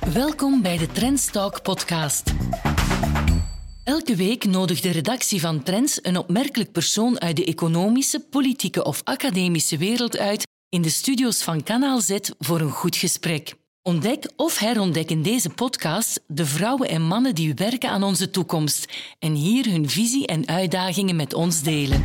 Welkom bij de Trends Talk podcast. Elke week nodigt de redactie van Trends een opmerkelijk persoon uit de economische, politieke of academische wereld uit in de studio's van Kanaal Z voor een goed gesprek. Ontdek of herontdek in deze podcast de vrouwen en mannen die werken aan onze toekomst en hier hun visie en uitdagingen met ons delen.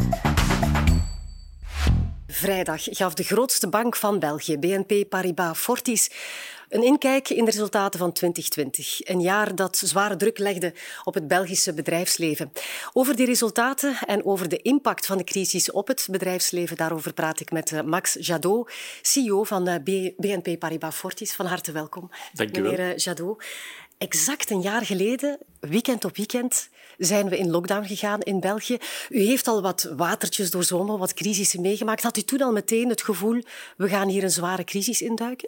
Vrijdag gaf de grootste bank van België, BNP Paribas Fortis, een inkijk in de resultaten van 2020. Een jaar dat zware druk legde op het Belgische bedrijfsleven. Over die resultaten en over de impact van de crisis op het bedrijfsleven, daarover praat ik met Max Jadot, CEO van BNP Paribas Fortis. Van harte welkom. Dank u wel. Meneer Jadot. Exact een jaar geleden, weekend op weekend, zijn we in lockdown gegaan in België. U heeft al wat watertjes doorzwommen, wat crisissen meegemaakt. Had u toen al meteen het gevoel, we gaan hier een zware crisis induiken?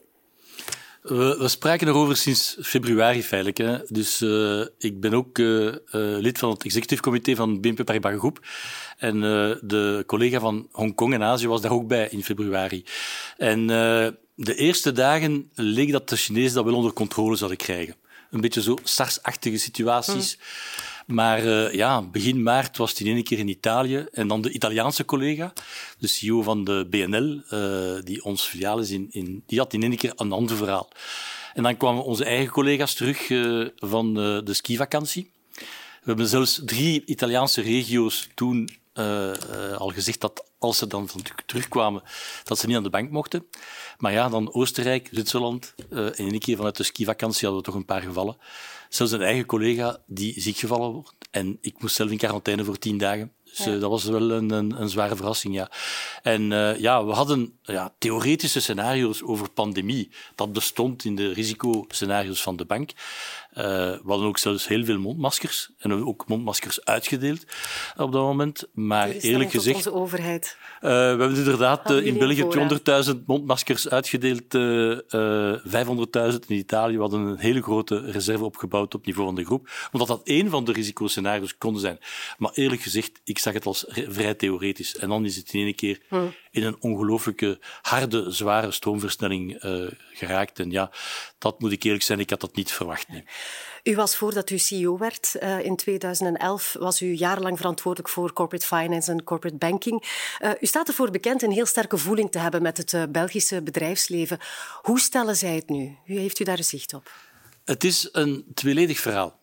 We spraken erover sinds februari feitelijk. Hè. Dus ik ben ook lid van het executive comité van BNP Paribas Groep. En de collega van Hongkong en Azië was daar ook bij in februari. En de eerste dagen leek dat de Chinezen dat wel onder controle zouden krijgen. Een beetje zo SARS-achtige situaties. Maar begin maart was het in één keer in Italië. En dan de Italiaanse collega, de CEO van de BNL, die ons filiaal is, die had in één keer een ander verhaal. En dan kwamen onze eigen collega's terug van de skivakantie. We hebben zelfs 3 Italiaanse regio's toen al gezegd dat als ze dan terugkwamen, dat ze niet aan de bank mochten. Maar ja, dan Oostenrijk, Zwitserland. In één keer vanuit de skivakantie hadden we toch een paar gevallen. Zelfs een eigen collega die ziek gevallen wordt. En ik moest zelf in quarantaine voor 10 dagen. Dus dat was wel een zware verrassing, ja. En we hadden theoretische scenario's over pandemie. Dat bestond in de risicoscenario's van de bank. We hadden ook zelfs heel veel mondmaskers. En we hebben ook mondmaskers uitgedeeld op dat moment. Maar eerlijk gezegd... onze overheid. We hebben inderdaad in België 200.000 mondmaskers uitgedeeld, 500.000 in Italië. We hadden een hele grote reserve opgebouwd op niveau van de groep, omdat dat één van de risicoscenario's kon zijn. Maar eerlijk gezegd, ik zag het als vrij theoretisch. En dan is het in één keer in een ongelooflijke, harde, zware stroomversnelling geraakt. En ja, dat moet ik eerlijk zijn, ik had dat niet verwacht. Nee. U was, voordat u CEO werd, in 2011, was u jarenlang verantwoordelijk voor corporate finance en corporate banking. U staat ervoor bekend een heel sterke voeling te hebben met het Belgische bedrijfsleven. Hoe stellen zij het nu? Heeft u daar een zicht op? Het is een tweeledig verhaal.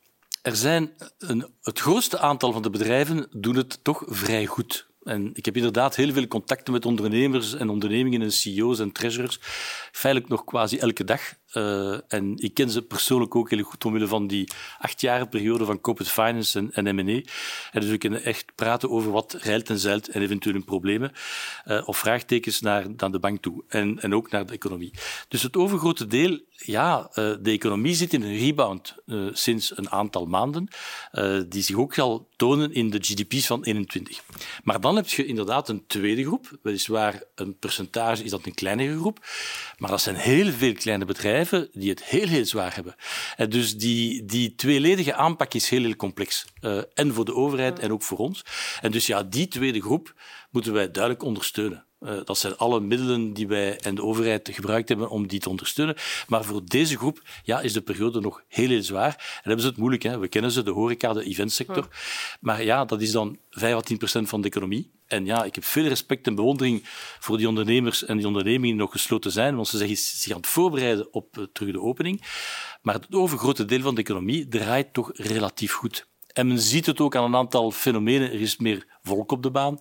Het grootste aantal van de bedrijven doen het toch vrij goed. En ik heb inderdaad heel veel contacten met ondernemers en ondernemingen en CEO's en treasurers. Feitelijk nog quasi elke dag. En ik ken ze persoonlijk ook heel goed omwille van die 8-jarige periode van corporate finance en M&A. En dus we kunnen echt praten over wat reilt en zeilt en eventuele problemen of vraagtekens naar de bank toe. En ook naar de economie. Dus het overgrote deel, de economie zit in een rebound sinds een aantal maanden, die zich ook zal tonen in de GDP's van 21. Maar dan heb je inderdaad een tweede groep. Weliswaar een percentage is dat een kleinere groep, maar dat zijn heel veel kleine bedrijven die het heel, heel zwaar hebben. En dus die tweeledige aanpak is heel, heel complex. En voor de overheid en ook voor ons. En dus die tweede groep moeten wij duidelijk ondersteunen. Dat zijn alle middelen die wij en de overheid gebruikt hebben om die te ondersteunen. Maar voor deze groep is de periode nog heel, heel zwaar. En hebben ze het moeilijk. Hè? We kennen ze, de horeca, de eventsector. Maar dat is dan 5-10% van de economie. En ik heb veel respect en bewondering voor die ondernemers en die ondernemingen die nog gesloten zijn, want ze zijn zich aan het voorbereiden op terug de opening. Maar het overgrote deel van de economie draait toch relatief goed. En men ziet het ook aan een aantal fenomenen. Er is meer volk op de baan.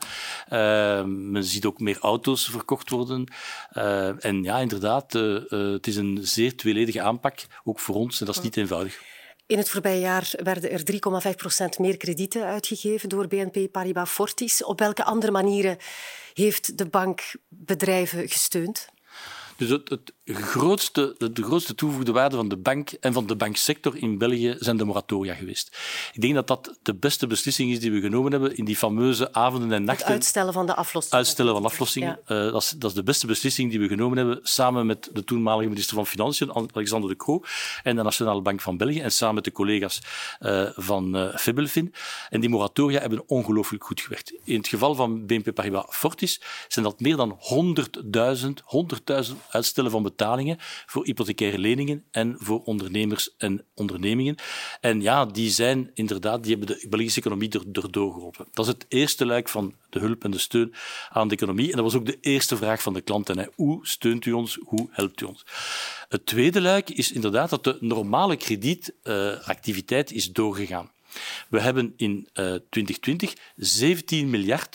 Men ziet ook meer auto's verkocht worden. En inderdaad, het is een zeer tweeledige aanpak, ook voor ons, en dat is niet eenvoudig. In het voorbije jaar werden er 3,5% meer kredieten uitgegeven door BNP Paribas Fortis. Op welke andere manieren heeft de bank bedrijven gesteund? Dus de grootste toegevoegde waarde van de bank en van de banksector in België zijn de moratoria geweest. Ik denk dat dat de beste beslissing is die we genomen hebben in die fameuze avonden en nachten. Het uitstellen van de aflossing. Uitstellen van aflossingen. Ja. Dat is de beste beslissing die we genomen hebben, samen met de toenmalige minister van Financiën, Alexander De Croo, en de Nationale Bank van België, en samen met de collega's van Febelfin. En die moratoria hebben ongelooflijk goed gewerkt. In het geval van BNP Paribas Fortis zijn dat meer dan 100.000 uitstellen van betalingen voor hypothecaire leningen en voor ondernemers en ondernemingen. En ja, die hebben de Belgische economie erdoor geholpen. Dat is het eerste luik van de hulp en de steun aan de economie. En dat was ook de eerste vraag van de klanten. Hè. Hoe steunt u ons? Hoe helpt u ons? Het tweede luik is inderdaad dat de normale kredietactiviteit is doorgegaan. We hebben in 2020 17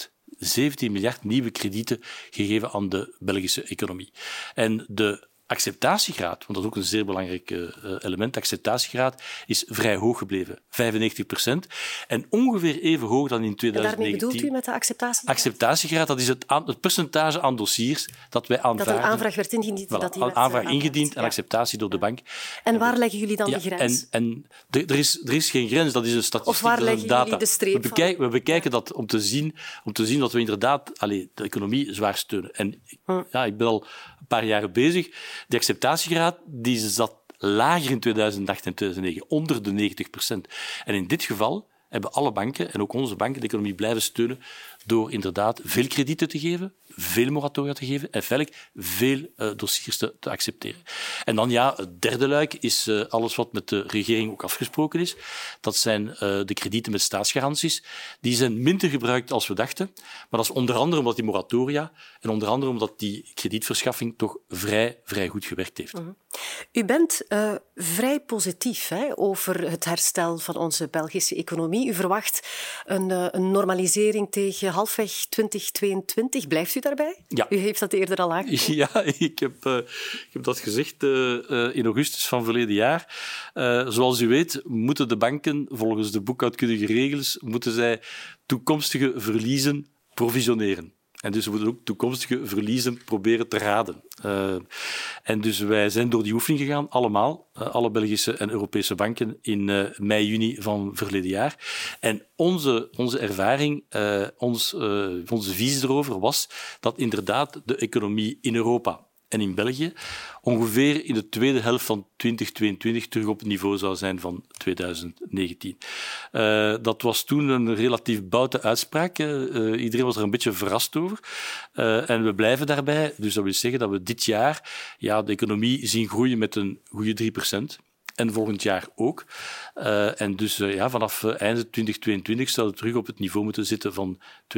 miljard nieuwe kredieten gegeven aan de Belgische economie. En de acceptatiegraad, want dat is ook een zeer belangrijk element, de acceptatiegraad is vrij hoog gebleven, 95%. En ongeveer even hoog dan in 2019. En daarmee bedoelt u met de acceptatiegraad? Acceptatiegraad, dat is het percentage aan dossiers dat wij aanvaarden. Dat een aanvraag werd ingediend. Voilà, dat die aanvraag ingediend en acceptatie door de bank. En waar leggen jullie dan de grens? Er is geen grens, dat is een statistiek. Of waar leggen jullie de streep we bekijken dat om te zien dat we inderdaad de economie zwaar steunen. En ik ben al een paar jaren bezig. Die acceptatiegraad die zat lager in 2008 en 2009, onder de 90%. En in dit geval hebben alle banken, en ook onze banken, de economie blijven steunen door inderdaad veel kredieten te geven, veel moratoria te geven en feitelijk veel dossiers te accepteren. En dan het derde luik is alles wat met de regering ook afgesproken is. Dat zijn de kredieten met staatsgaranties. Die zijn minder gebruikt als we dachten, maar dat is onder andere omdat die moratoria en onder andere omdat die kredietverschaffing toch vrij goed gewerkt heeft. U bent vrij positief over het herstel van onze Belgische economie. U verwacht een normalisering tegen halfweg 2022. Blijft u daarbij? Ja. U heeft dat eerder al aangegeven. Ja, ik heb dat gezegd in augustus van verleden jaar. Zoals u weet, moeten de banken, volgens de boekhoudkundige regels, zij toekomstige verliezen provisioneren. En dus we moeten ook toekomstige verliezen proberen te raden. En dus wij zijn door die oefening gegaan, allemaal, alle Belgische en Europese banken, in mei, juni van verleden jaar. En onze ervaring, onze visie erover was dat inderdaad de economie in Europa en in België ongeveer in de tweede helft van 2022 terug op het niveau zou zijn van 2019. Dat was toen een relatief boute uitspraak. Iedereen was er een beetje verrast over. En we blijven daarbij. Dus dat wil zeggen dat we dit jaar de economie zien groeien met een goede 3%. En volgend jaar ook. En dus vanaf einde 2022 zou het terug op het niveau moeten zitten van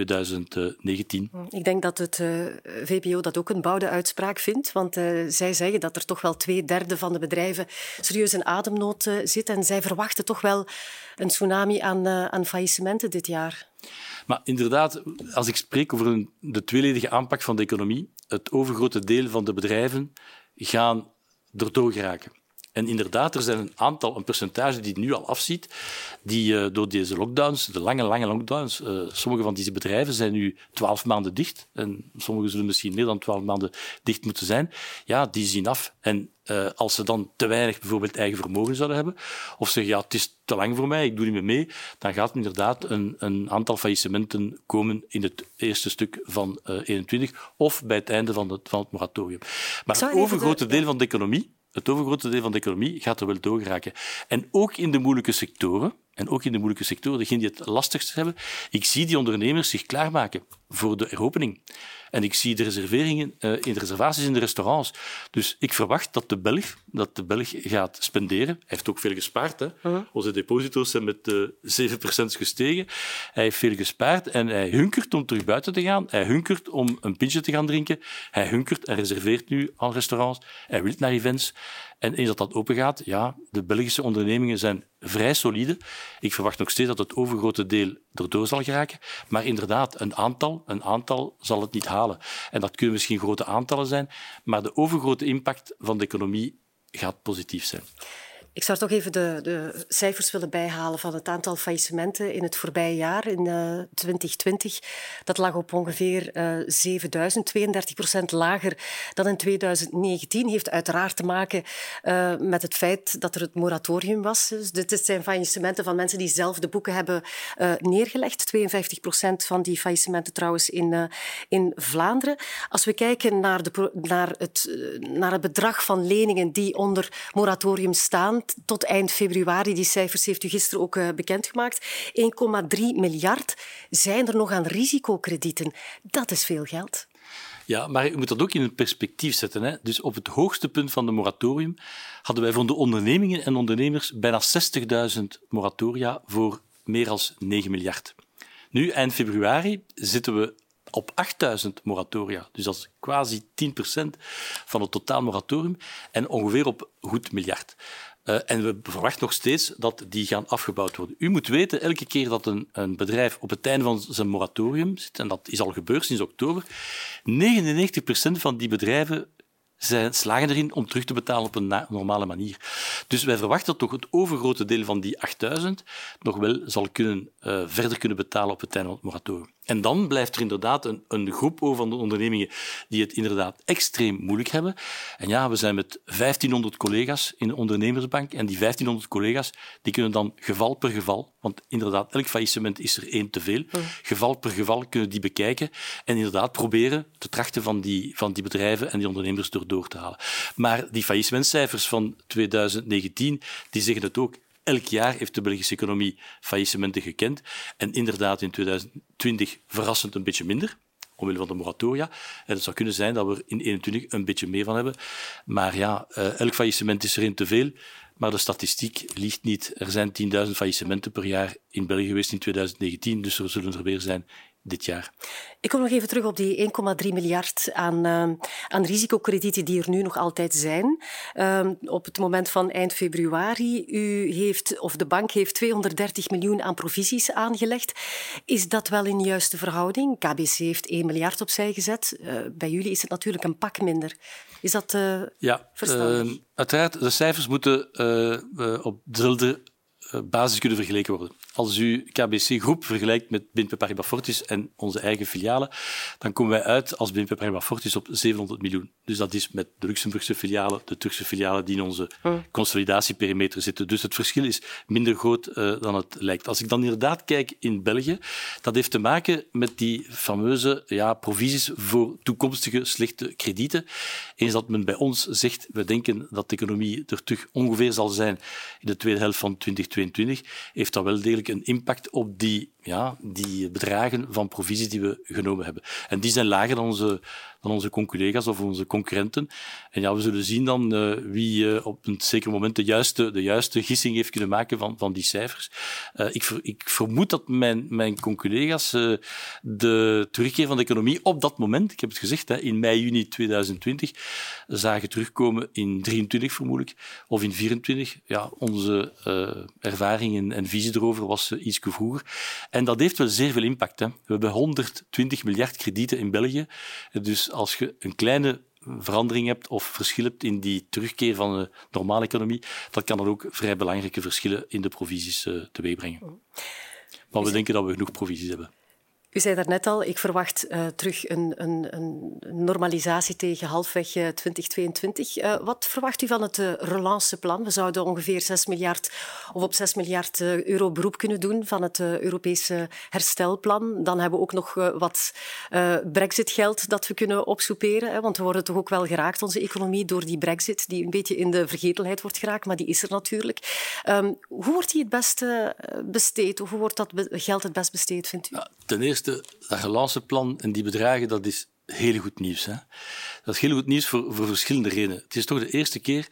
2019. Ik denk dat het VBO dat ook een boude uitspraak vindt, want zij zeggen dat er toch wel 2/3 van de bedrijven serieus in ademnood zit en zij verwachten toch wel een tsunami aan faillissementen dit jaar. Maar inderdaad, als ik spreek over de tweeledige aanpak van de economie, het overgrote deel van de bedrijven gaan erdoor geraken. En inderdaad, er zijn een percentage die het nu al afziet, die door deze lockdowns, de lange lockdowns, sommige van deze bedrijven zijn nu 12 maanden dicht en sommige zullen misschien meer dan 12 maanden dicht moeten zijn. Ja, die zien af. En als ze dan te weinig bijvoorbeeld eigen vermogen zouden hebben, of zeggen, het is te lang voor mij, ik doe niet meer mee, dan gaat inderdaad een aantal faillissementen komen in het eerste stuk van 2021 of bij het einde van het moratorium. Maar het overgrote deel van de economie gaat er wel door geraken. En ook in de moeilijke sectoren, degenen die het lastigst hebben, ik zie die ondernemers zich klaarmaken voor de heropening. En ik zie de reservaties in de restaurants. Dus ik verwacht dat de Belg gaat spenderen. Hij heeft ook veel gespaard. Hè. Onze deposito's zijn met 7% gestegen. Hij heeft veel gespaard en hij hunkert om terug buiten te gaan. Hij hunkert om een pintje te gaan drinken. Hij hunkert en reserveert nu aan restaurants. Hij wil naar events. En eens dat open gaat, de Belgische ondernemingen zijn vrij solide. Ik verwacht nog steeds dat het overgrote deel erdoor zal geraken. Maar inderdaad, een aantal zal het niet halen. En dat kunnen misschien grote aantallen zijn, maar de overgrote impact van de economie gaat positief zijn. Ik zou toch even de cijfers willen bijhalen van het aantal faillissementen in het voorbije jaar, in 2020. Dat lag op ongeveer 7000, 32% lager dan in 2019. Heeft uiteraard te maken met het feit dat er het moratorium was. Dus dit zijn faillissementen van mensen die zelf de boeken hebben neergelegd. 52% van die faillissementen trouwens in Vlaanderen. Als we kijken naar het bedrag van leningen die onder moratorium staan, tot eind februari, die cijfers heeft u gisteren ook bekendgemaakt, 1,3 miljard zijn er nog aan risicokredieten. Dat is veel geld. Ja, maar je moet dat ook in een perspectief zetten, hè. Dus op het hoogste punt van de moratorium hadden wij voor de ondernemingen en ondernemers bijna 60.000 moratoria voor meer dan 9 miljard. Nu, eind februari, zitten we op 8.000 moratoria. Dus dat is quasi 10% van het totaal moratorium en ongeveer op goed miljard. En we verwachten nog steeds dat die gaan afgebouwd worden. U moet weten, elke keer dat een bedrijf op het einde van zijn moratorium zit, en dat is al gebeurd sinds oktober, 99% van die bedrijven slagen erin om terug te betalen op een normale manier. Dus wij verwachten dat toch het overgrote deel van die 8.000 nog wel zal verder kunnen betalen op het einde van het moratorium. En dan blijft er inderdaad een groep over van de ondernemingen die het inderdaad extreem moeilijk hebben. En ja, we zijn met 1500 collega's in de ondernemersbank en die 1500 collega's die kunnen dan geval per geval, want inderdaad, elk faillissement is er één te veel, geval per geval kunnen die bekijken en inderdaad proberen te trachten van die bedrijven en die ondernemers door te halen. Maar die faillissementcijfers van 2019, die zeggen het ook. Elk jaar heeft de Belgische economie faillissementen gekend. En inderdaad in 2020 verrassend een beetje minder, omwille van de moratoria. En het zou kunnen zijn dat we er in 2021 een beetje meer van hebben. Maar ja, elk faillissement is er één te veel. Maar de statistiek liegt niet. Er zijn 10.000 faillissementen per jaar in België geweest in 2019, dus er zullen er weer zijn dit jaar. Ik kom nog even terug op die 1,3 miljard aan risicokredieten die er nu nog altijd zijn. Op het moment van eind februari, de bank heeft 230 miljoen aan provisies aangelegd. Is dat wel in juiste verhouding? KBC heeft 1 miljard opzij gezet. Bij jullie is het natuurlijk een pak minder. Is dat verstandig? Uiteraard, de cijfers moeten op dezelfde basis kunnen vergeleken worden. Als u KBC-groep vergelijkt met BNP Paribas Fortis en onze eigen filialen, dan komen wij uit als BNP Paribas Fortis op 700 miljoen. Dus dat is met de Luxemburgse filialen, de Turkse filialen die in onze consolidatieperimeter zitten. Dus het verschil is minder groot dan het lijkt. Als ik dan inderdaad kijk in België, dat heeft te maken met die fameuze provisies voor toekomstige slechte kredieten. Eens dat men bij ons zegt, we denken dat de economie er terug ongeveer zal zijn in de tweede helft van 2022, heeft dat wel degelijk een impact op die bedragen van provisies die we genomen hebben. En die zijn lager dan onze collega's of onze concurrenten. En ja, we zullen zien dan wie op een zeker moment de juiste gissing heeft kunnen maken van die cijfers. Ik vermoed dat mijn collega's de terugkeer van de economie op dat moment, ik heb het gezegd, in mei, juni 2020, zagen terugkomen in 23 vermoedelijk, of in 24. Ja, onze ervaring en visie erover was iets vroeger. En dat heeft wel zeer veel impact. Hè. We hebben 120 miljard kredieten in België. Dus als je een kleine verandering hebt of verschil hebt in die terugkeer van de normale economie, dat kan dan ook vrij belangrijke verschillen in de provisies teweegbrengen. Maar we denken dat we genoeg provisies hebben. U zei daarnet al, ik verwacht terug een normalisatie tegen halfweg 2022. Wat verwacht u van het relanceplan? We zouden ongeveer 6 miljard of op 6 miljard euro beroep kunnen doen van het Europese herstelplan. Dan hebben we ook nog wat brexitgeld dat we kunnen opsoeperen. Hè, want we worden toch ook wel geraakt, onze economie, door die brexit, die een beetje in de vergetelheid wordt geraakt, maar die is er natuurlijk. Hoe wordt die het beste besteed? Of hoe wordt dat geld het best besteed, vindt u? Ja, ten eerste, dat relanceplan en die bedragen, dat is heel goed nieuws. Hè? Dat is heel goed nieuws voor verschillende redenen. Het is toch de eerste keer...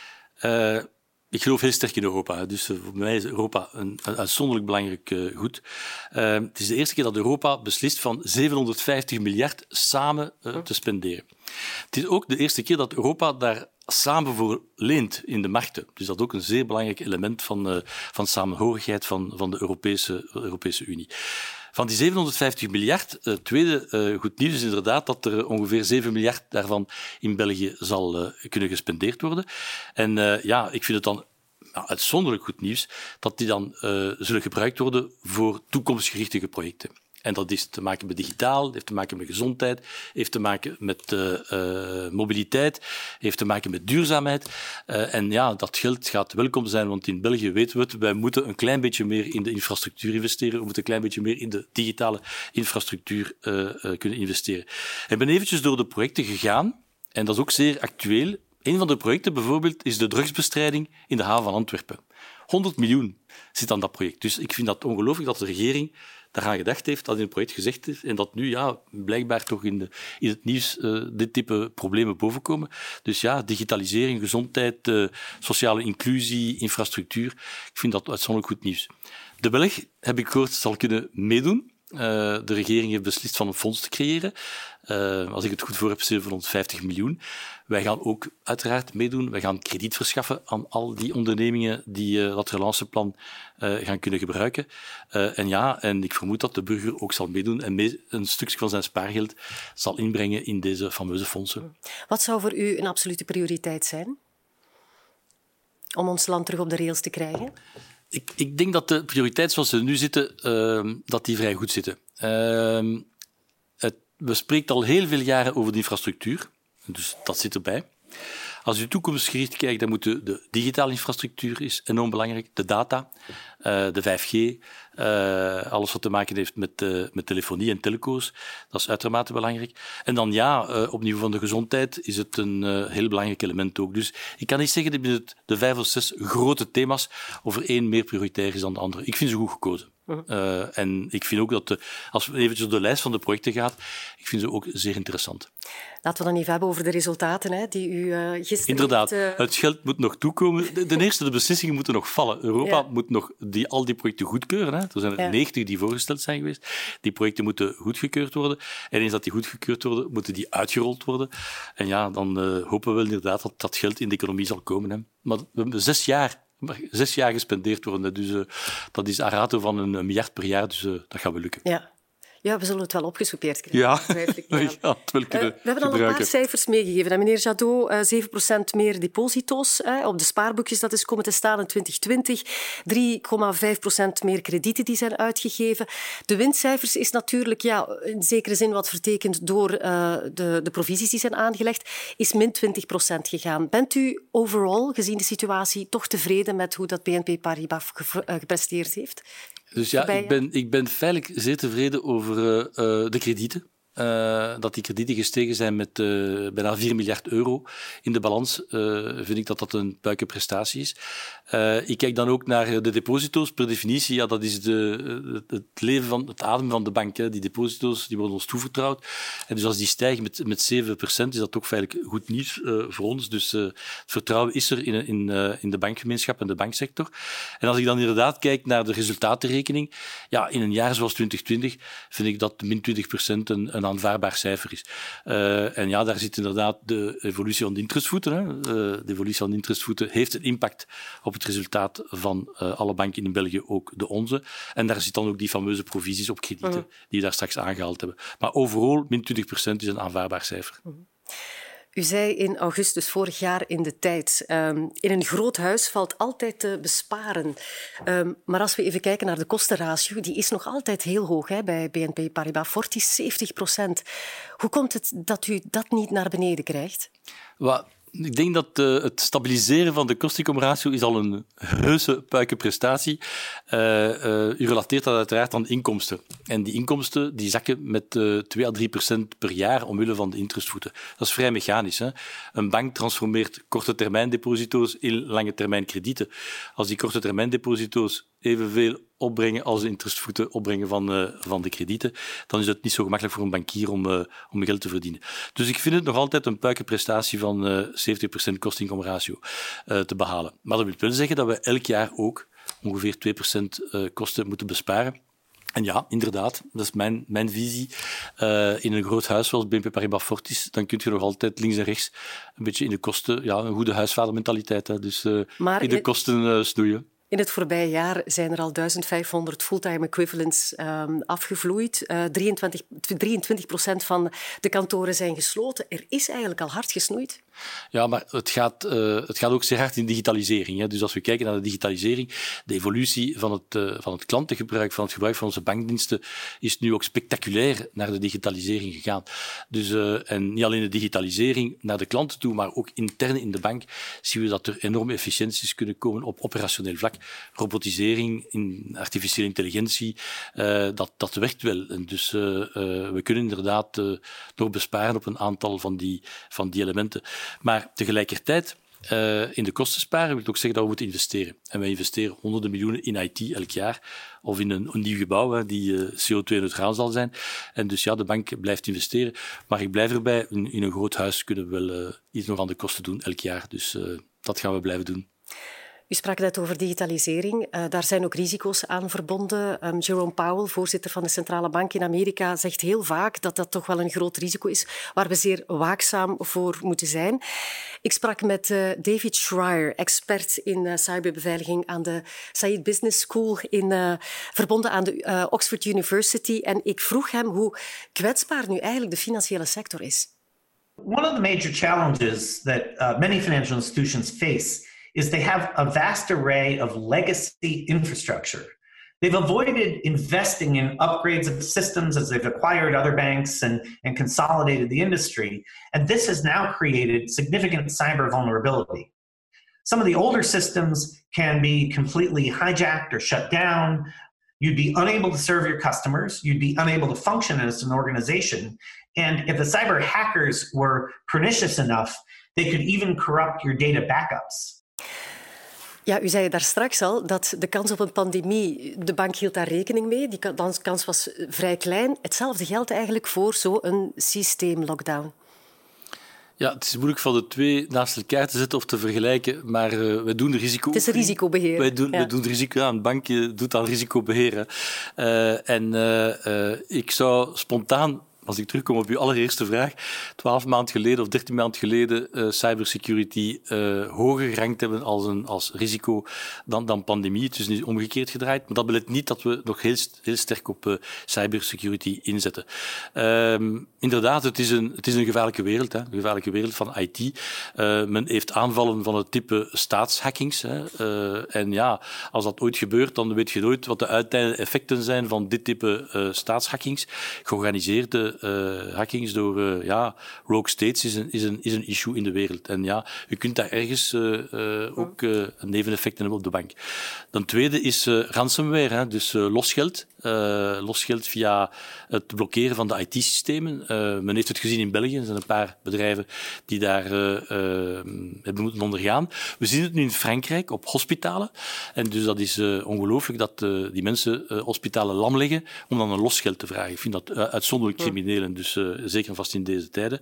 Ik geloof heel sterk in Europa. Hè? Dus voor mij is Europa een uitzonderlijk belangrijk goed. Het is de eerste keer dat Europa beslist van 750 miljard samen te spenderen. Het is ook de eerste keer dat Europa daar samen voor leent in de markten. Dus dat is ook een zeer belangrijk element van samenhorigheid van de Europese Unie. Van die 750 miljard, tweede goed nieuws is inderdaad dat er ongeveer 7 miljard daarvan in België zal kunnen gespendeerd worden. En ik vind het dan uitzonderlijk goed nieuws dat die dan zullen gebruikt worden voor toekomstgerichte projecten. En dat heeft te maken met digitaal, heeft te maken met gezondheid, heeft te maken met mobiliteit, heeft te maken met duurzaamheid. En ja, dat geld gaat welkom zijn, want in België weten we het, wij moeten een klein beetje meer in de infrastructuur investeren, we moeten een klein beetje meer in de digitale infrastructuur kunnen investeren. Ik ben eventjes door de projecten gegaan, en dat is ook zeer actueel. Een van de projecten bijvoorbeeld is de drugsbestrijding in de haven van Antwerpen. 100 miljoen zit aan dat project. Dus ik vind dat ongelooflijk dat de regering daaraan gedacht heeft, dat in het project gezegd is en dat nu blijkbaar toch in het nieuws dit type problemen bovenkomen. Dus ja, digitalisering, gezondheid, sociale inclusie, infrastructuur. Ik vind dat uitzonderlijk goed nieuws. De Belg, heb ik gehoord, zal kunnen meedoen. De regering heeft beslist van een fonds te creëren. Als ik het goed voor heb, 750 miljoen. Wij gaan ook uiteraard meedoen. Wij gaan krediet verschaffen aan al die ondernemingen die dat relanceplan gaan kunnen gebruiken. En ik vermoed dat de burger ook zal meedoen en een stukje van zijn spaargeld zal inbrengen in deze fameuze fondsen. Wat zou voor u een absolute prioriteit zijn om ons land terug op de rails te krijgen? Ik denk dat de prioriteiten zoals ze nu zitten, dat die vrij goed zitten. We spreken al heel veel jaren over de infrastructuur, dus dat zit erbij. Als je toekomstgericht kijkt, dan moet de digitale infrastructuur is enorm belangrijk, de data, de 5G, alles wat te maken heeft met telefonie en teleco's, dat is uitermate belangrijk. En dan op niveau van de gezondheid is het een heel belangrijk element ook. Dus ik kan niet zeggen dat binnen de 5 of 6 grote thema's of er één meer prioritair is dan de andere. Ik vind ze goed gekozen. En ik vind ook dat, als we eventjes door de lijst van de projecten gaan, ik vind ze ook zeer interessant. Laten we dan even hebben over de resultaten die u gisteren... Inderdaad, het geld moet nog toekomen. Ten eerste, de beslissingen moeten nog vallen. Europa moet nog al die projecten goedkeuren. Hè. Er zijn er 90 die voorgesteld zijn geweest. Die projecten moeten goedgekeurd worden. En eens dat die goedgekeurd worden, moeten die uitgerold worden. En dan hopen we inderdaad dat dat geld in de economie zal komen. Hè. Maar we hebben 6 jaar gespendeerd worden. Dus dat is een rato van 1 miljard per jaar, dus dat gaat wel lukken. Ja, we zullen het wel opgesoupeerd krijgen. Ja, het wel kunnen we hebben al een paar cijfers meegegeven. Meneer Jadot, 7% meer deposito's op de spaarboekjes, dat is komen te staan in 2020. 3,5% meer kredieten die zijn uitgegeven. De winstcijfers is natuurlijk in zekere zin wat vertekend door de provisies die zijn aangelegd, is min 20% gegaan. Bent u overal, gezien de situatie, toch tevreden met hoe dat BNP Paribas gepresteerd heeft? Dus ik ben feitelijk zeer tevreden over de kredieten. Dat die kredieten gestegen zijn met bijna 4 miljard euro in de balans, vind ik dat dat een puikenprestatie is. Ik kijk dan ook naar de deposito's. Per definitie, dat is het leven van het adem van de bank. Hè. Die deposito's die worden ons toevertrouwd. En dus als die stijgen met 7%, is dat toch feitelijk goed nieuws voor ons. Dus het vertrouwen is er in de bankgemeenschap en de banksector. En als ik dan inderdaad kijk naar de resultatenrekening, in een jaar zoals 2020 vind ik dat min 20% een aanvaardbaar cijfer is. En daar zit inderdaad de evolutie van de interestvoeten. Hè. De evolutie van de interestvoeten heeft een impact op het resultaat van alle banken in België, ook de onze. En daar zitten dan ook die fameuze provisies op kredieten die we daar straks aangehaald hebben. Maar overal, min 20% is een aanvaardbaar cijfer. U zei in augustus vorig jaar in De Tijd, in een groot huis valt altijd te besparen. Maar als we even kijken naar de kostenratio, die is nog altijd heel hoog bij BNP Paribas Fortis, 70%. Hoe komt het dat u dat niet naar beneden krijgt? Ik denk dat het stabiliseren van de kost-income-ratio is al een heuse puikenprestatie. U relateert dat uiteraard aan de inkomsten. En die inkomsten die zakken met 2 à 3% per jaar omwille van de interestvoeten. Dat is vrij mechanisch. Hè? Een bank transformeert korte termijn deposito's in lange termijn kredieten. Als die korte termijn deposito's evenveel opbrengen als de interestvoeten opbrengen van de kredieten, dan is het niet zo gemakkelijk voor een bankier om geld te verdienen. Dus ik vind het nog altijd een puikenprestatie van 70% kost-income-ratio te behalen. Maar dat wil wel zeggen dat we elk jaar ook ongeveer 2% kosten moeten besparen. En ja, inderdaad, dat is mijn visie. In een groot huis zoals BNP Paribas Fortis, dan kun je nog altijd links en rechts een beetje in de kosten, een goede huisvadermentaliteit, hè, dus in de kosten snoeien. In het voorbije jaar zijn er al 1500 fulltime equivalents afgevloeid. 23% van de kantoren zijn gesloten. Er is eigenlijk al hard gesnoeid. Ja, maar het gaat ook zeer hard in digitalisering. Hè. Dus als we kijken naar de digitalisering, de evolutie van het klantengebruik, van het gebruik van onze bankdiensten, is nu ook spectaculair naar de digitalisering gegaan. Dus, en niet alleen de digitalisering naar de klanten toe, maar ook intern in de bank zien we dat er enorme efficiënties kunnen komen op operationeel vlak. Robotisering, artificiële intelligentie, dat werkt wel. En dus we kunnen inderdaad nog besparen op een aantal van die elementen. Maar tegelijkertijd in de kosten sparen, wil ook zeggen dat we moeten investeren. En wij investeren honderden miljoenen in IT elk jaar, of in een nieuw gebouw die CO2-neutraal zal zijn. En dus ja, de bank blijft investeren. Maar ik blijf erbij, in een groot huis kunnen we wel iets nog aan de kosten doen elk jaar. Dus dat gaan we blijven doen. U sprak net over digitalisering. Daar zijn ook risico's aan verbonden. Jerome Powell, voorzitter van de Centrale Bank in Amerika, zegt heel vaak dat dat toch wel een groot risico is, waar we zeer waakzaam voor moeten zijn. Ik sprak met David Schreier, expert in cyberbeveiliging aan de Saïd Business School, verbonden aan de Oxford University. En ik vroeg hem hoe kwetsbaar nu eigenlijk de financiële sector is. One of the major challenges that many financial institutions face is they have a vast array of legacy infrastructure. They've avoided investing in upgrades of systems as they've acquired other banks and consolidated the industry. And this has now created significant cyber vulnerability. Some of the older systems can be completely hijacked or shut down. You'd be unable to serve your customers. You'd be unable to function as an organization. And if the cyber hackers were pernicious enough, they could even corrupt your data backups. Ja, u zei daar straks al dat de kans op een pandemie, de bank hield daar rekening mee. Die kans was vrij klein. Hetzelfde geldt eigenlijk voor zo'n systeemlockdown. Ja, het is moeilijk van de twee naast elkaar te zetten of te vergelijken, maar wij doen de risico. Het is een risicobeheer. Wij doen het risico aan. Een bankje doet aan risicobeheer. Ik zou spontaan, als ik terugkom op uw allereerste vraag, 12 maanden geleden of 13 maanden geleden cybersecurity hoger gerankt hebben als risico dan pandemie. Het is nu omgekeerd gedraaid, maar dat belet niet dat we nog heel sterk op cybersecurity inzetten. Inderdaad, het is een gevaarlijke wereld, een gevaarlijke wereld van IT. Men heeft aanvallen van het type staatshackings. En ja, als dat ooit gebeurt, dan weet je nooit wat de uiteindelijke effecten zijn van dit type staatshackings. Georganiseerde hackings door rogue states is een issue in de wereld. En ja, je kunt daar ergens ook neveneffecten hebben op de bank. Dan tweede is ransomware, dus losgeld. Losgeld via het blokkeren van de IT-systemen. Men heeft het gezien in België. Er zijn een paar bedrijven die daar hebben moeten ondergaan. We zien het nu in Frankrijk op hospitalen. En dus dat is ongelooflijk dat die mensen hospitalen lam leggen om dan een losgeld te vragen. Ik vind dat uitzonderlijk crimineel en dus zeker en vast in deze tijden.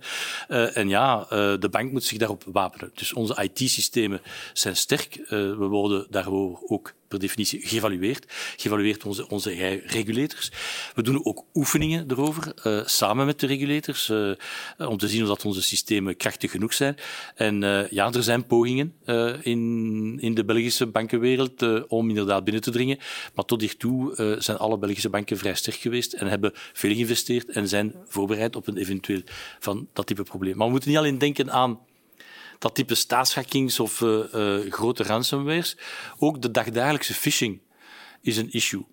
De bank moet zich daarop wapenen. Dus onze IT-systemen zijn sterk. We worden daarvoor ook per definitie geëvalueerd onze regulators. We doen ook oefeningen erover, samen met de regulators, om te zien of dat onze systemen krachtig genoeg zijn. En er zijn pogingen in de Belgische bankenwereld om inderdaad binnen te dringen. Maar tot hiertoe zijn alle Belgische banken vrij sterk geweest en hebben veel geïnvesteerd en zijn voorbereid op een eventueel van dat type probleem. Maar we moeten niet alleen denken aan dat type staatshackings of grote ransomwares. Ook de dagdagelijkse phishing is een issue.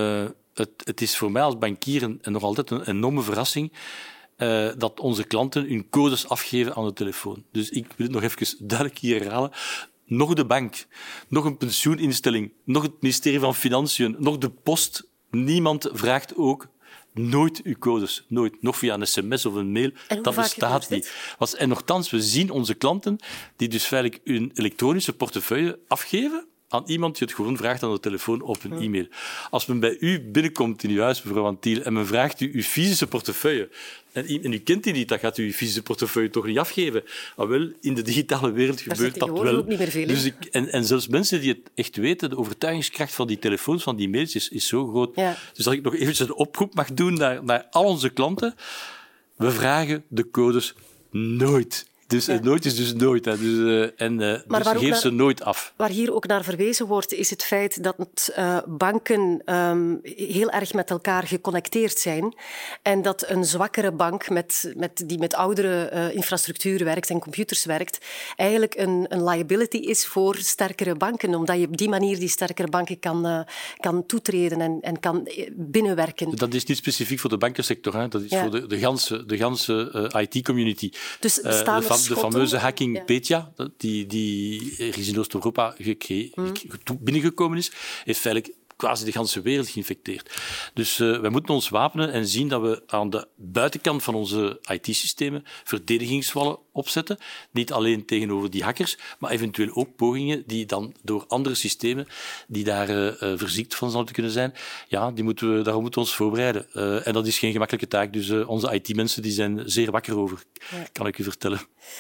Het is voor mij als bankier en nog altijd een enorme verrassing dat onze klanten hun codes afgeven aan de telefoon. Dus ik wil het nog even duidelijk hier herhalen. Nog de bank, nog een pensioeninstelling, nog het ministerie van Financiën, nog de post. Niemand vraagt ook nooit uw codes. Nooit. Nog via een sms of een mail. Dat bestaat niet. En nochtans, we zien onze klanten die dus feitelijk hun elektronische portefeuille afgeven aan iemand die het gewoon vraagt aan de telefoon of een e-mail. Als men bij u binnenkomt in uw huis, mevrouw Van Thiel, en men vraagt u uw fysische portefeuille, en u kent die niet, dan gaat u uw fysische portefeuille toch niet afgeven. Maar wel, in de digitale wereld gebeurt dat wel. Ook niet meer veel, dus en zelfs mensen die het echt weten, de overtuigingskracht van die telefoons, van die mails, is zo groot. Ja. Dus als ik nog even een oproep mag doen naar al onze klanten, we vragen de codes nooit. Dus nooit is dus nooit. Hè. Dus geef ze nooit af. Waar hier ook naar verwezen wordt, is het feit dat banken heel erg met elkaar geconnecteerd zijn. En dat een zwakkere bank die met oudere infrastructuur werkt en computers werkt, eigenlijk een liability is voor sterkere banken. Omdat je op die manier die sterkere banken kan toetreden en kan binnenwerken. Dat is niet specifiek voor de bankensector. Hè. Dat is voor de ganse IT-community. Dus de fameuze hacking Petya, die er is in Oost-Europa binnengekomen is, heeft feitelijk quasi de ganse wereld geïnfecteerd. Dus wij moeten ons wapenen en zien dat we aan de buitenkant van onze IT-systemen verdedigingswallen opzetten. Niet alleen tegenover die hackers, maar eventueel ook pogingen die dan door andere systemen die daar verziekt van zouden kunnen zijn, daarom moeten we ons voorbereiden. En dat is geen gemakkelijke taak. Dus onze IT-mensen die zijn zeer wakker over, kan ik u vertellen.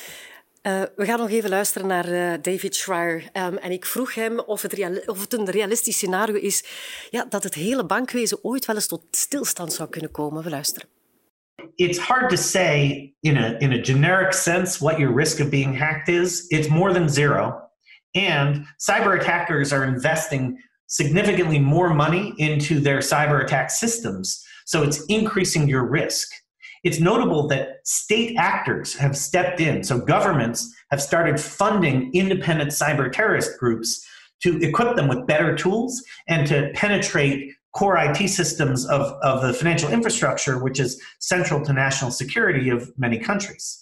We gaan nog even luisteren naar David Shrier. En ik vroeg hem of het een realistisch scenario is dat het hele bankwezen ooit wel eens tot stilstand zou kunnen komen. We luisteren. It's hard to say in a generic sense what your risk of being hacked is. It's more than zero. And cyber attackers are investing significantly more money into their cyber attack systems. So it's increasing your risk. It's notable that state actors have stepped in. So governments have started funding independent cyber terrorist groups to equip them with better tools and to penetrate core IT systems of the financial infrastructure, which is central to national security of many countries.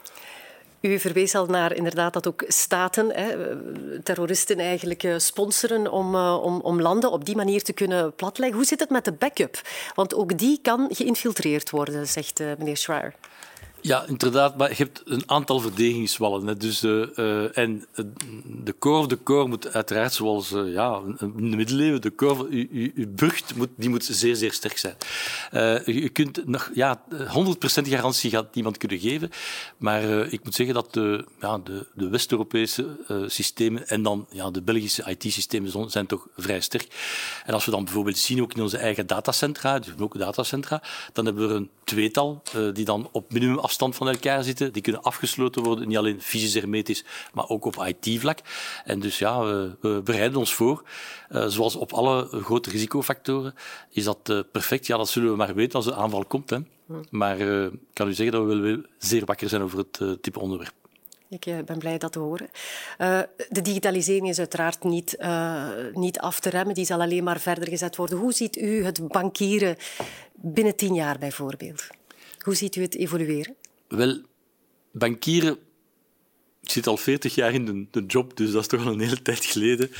U verwees al naar inderdaad dat ook staten terroristen eigenlijk sponsoren om landen op die manier te kunnen platleggen. Hoe zit het met de backup? Want ook die kan geïnfiltreerd worden, zegt meneer Shrier. Ja, inderdaad, maar je hebt een aantal verdedigingswallen. Hè. Dus, en de core moet uiteraard, zoals in de middeleeuwen, de core, uw brug moet zeer, zeer sterk zijn. Je kunt nog, 100% garantie gaat niemand kunnen geven, maar ik moet zeggen dat de West-Europese systemen en dan de Belgische IT-systemen zijn toch vrij sterk. En als we dan bijvoorbeeld zien, ook in onze eigen datacentra, dus ook datacentra, dan hebben we er een tweetal die dan op minimum afstand van elkaar zitten. Die kunnen afgesloten worden, niet alleen fysisch hermetisch, maar ook op IT-vlak. En dus we bereiden ons voor. Zoals op alle grote risicofactoren is dat perfect. Ja, dat zullen we maar weten als de aanval komt. Hè. Maar ik kan u zeggen dat we wel zeer wakker zijn over het type onderwerp. Ik ben blij dat te horen. De digitalisering is uiteraard niet af te remmen. Die zal alleen maar verder gezet worden. Hoe ziet u het bankieren binnen 10 jaar bijvoorbeeld? Hoe ziet u het evolueren? Wel, bankieren... Ik zit al 40 jaar in de job, dus dat is toch al een hele tijd geleden.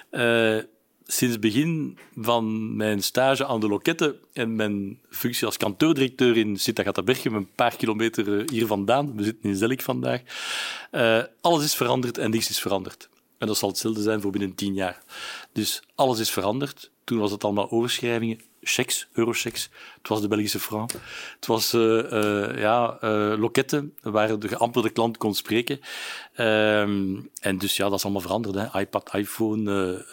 Sinds het begin van mijn stage aan de loketten en mijn functie als kantoordirecteur in Sint-Agatha-Berchem, een paar kilometer hier vandaan, we zitten in Zellik vandaag, alles is veranderd en niks is veranderd. En dat zal hetzelfde zijn voor binnen 10 jaar. Dus alles is veranderd. Toen was het allemaal overschrijvingen, checks, eurochecks. Het was de Belgische franc. Het was loketten waar de geamperde klant kon spreken. En dus dat is allemaal veranderd. Hè. iPad, iPhone,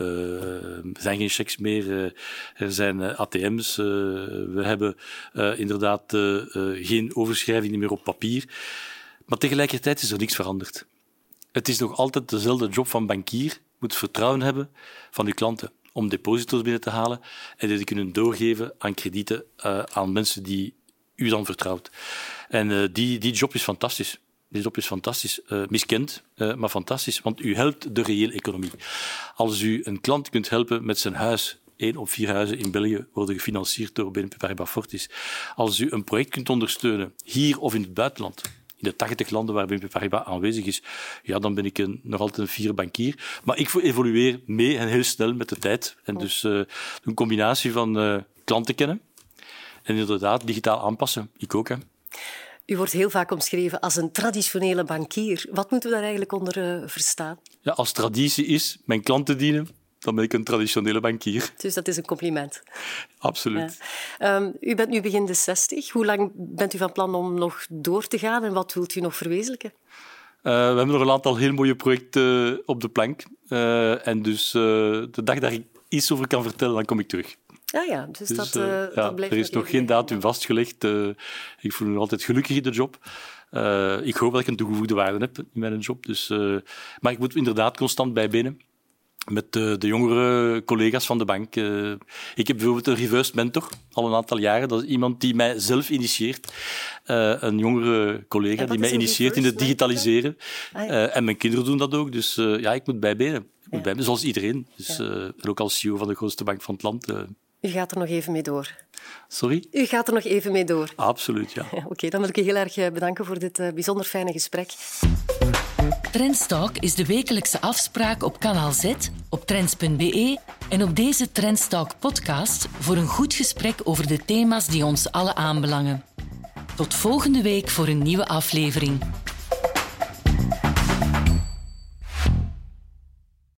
er zijn geen checks meer. Er zijn ATM's. We hebben inderdaad geen overschrijvingen meer op papier. Maar tegelijkertijd is er niks veranderd. Het is nog altijd dezelfde job van bankier. Je moet vertrouwen hebben van uw klanten om deposito's binnen te halen en die te kunnen doorgeven aan kredieten aan mensen die u dan vertrouwt. En die job is fantastisch. Die job is fantastisch. Miskend, maar fantastisch, want u helpt de reële economie. Als u een klant kunt helpen met zijn huis, 1 op 4 huizen in België worden gefinancierd door BNP Paribas Fortis. Als u een project kunt ondersteunen, hier of in het buitenland, in de 80 landen waar BNP Paribas aanwezig is, dan ben ik nog altijd een fiere bankier. Maar ik evolueer mee en heel snel met de tijd. En dus een combinatie van klanten kennen en inderdaad digitaal aanpassen. Ik ook, hè. U wordt heel vaak omschreven als een traditionele bankier. Wat moeten we daar eigenlijk onder verstaan? Ja, als traditie is mijn klanten dienen, dan ben ik een traditionele bankier. Dus dat is een compliment. Absoluut. Ja. U bent nu begin de 60. Hoe lang bent u van plan om nog door te gaan en wat wilt u nog verwezenlijken? We hebben nog een aantal heel mooie projecten op de plank. En dus de dag dat ik iets over kan vertellen, dan kom ik terug. Dus dat blijft er is nog geen datum vastgelegd. Ik voel me altijd gelukkig in de job. Ik hoop dat ik een toegevoegde waarde heb in mijn job. Dus, maar ik moet inderdaad constant bijbenen met de jongere collega's van de bank. Ik heb bijvoorbeeld een reverse mentor, al een aantal jaren. Dat is iemand die mij zelf initieert. Een jongere collega die mij initieert in het digitaliseren. En mijn kinderen doen dat ook. Dus ik moet bijbenen. Zoals iedereen. Dus, en ook als CEO van de grootste bank van het land. U gaat er nog even mee door. Sorry? U gaat er nog even mee door. Absoluut, ja. Oké, dan wil ik u heel erg bedanken voor dit bijzonder fijne gesprek. Trendstalk is de wekelijkse afspraak op Kanaal Z, op trends.be en op deze Trendstalk podcast voor een goed gesprek over de thema's die ons allen aanbelangen. Tot volgende week voor een nieuwe aflevering.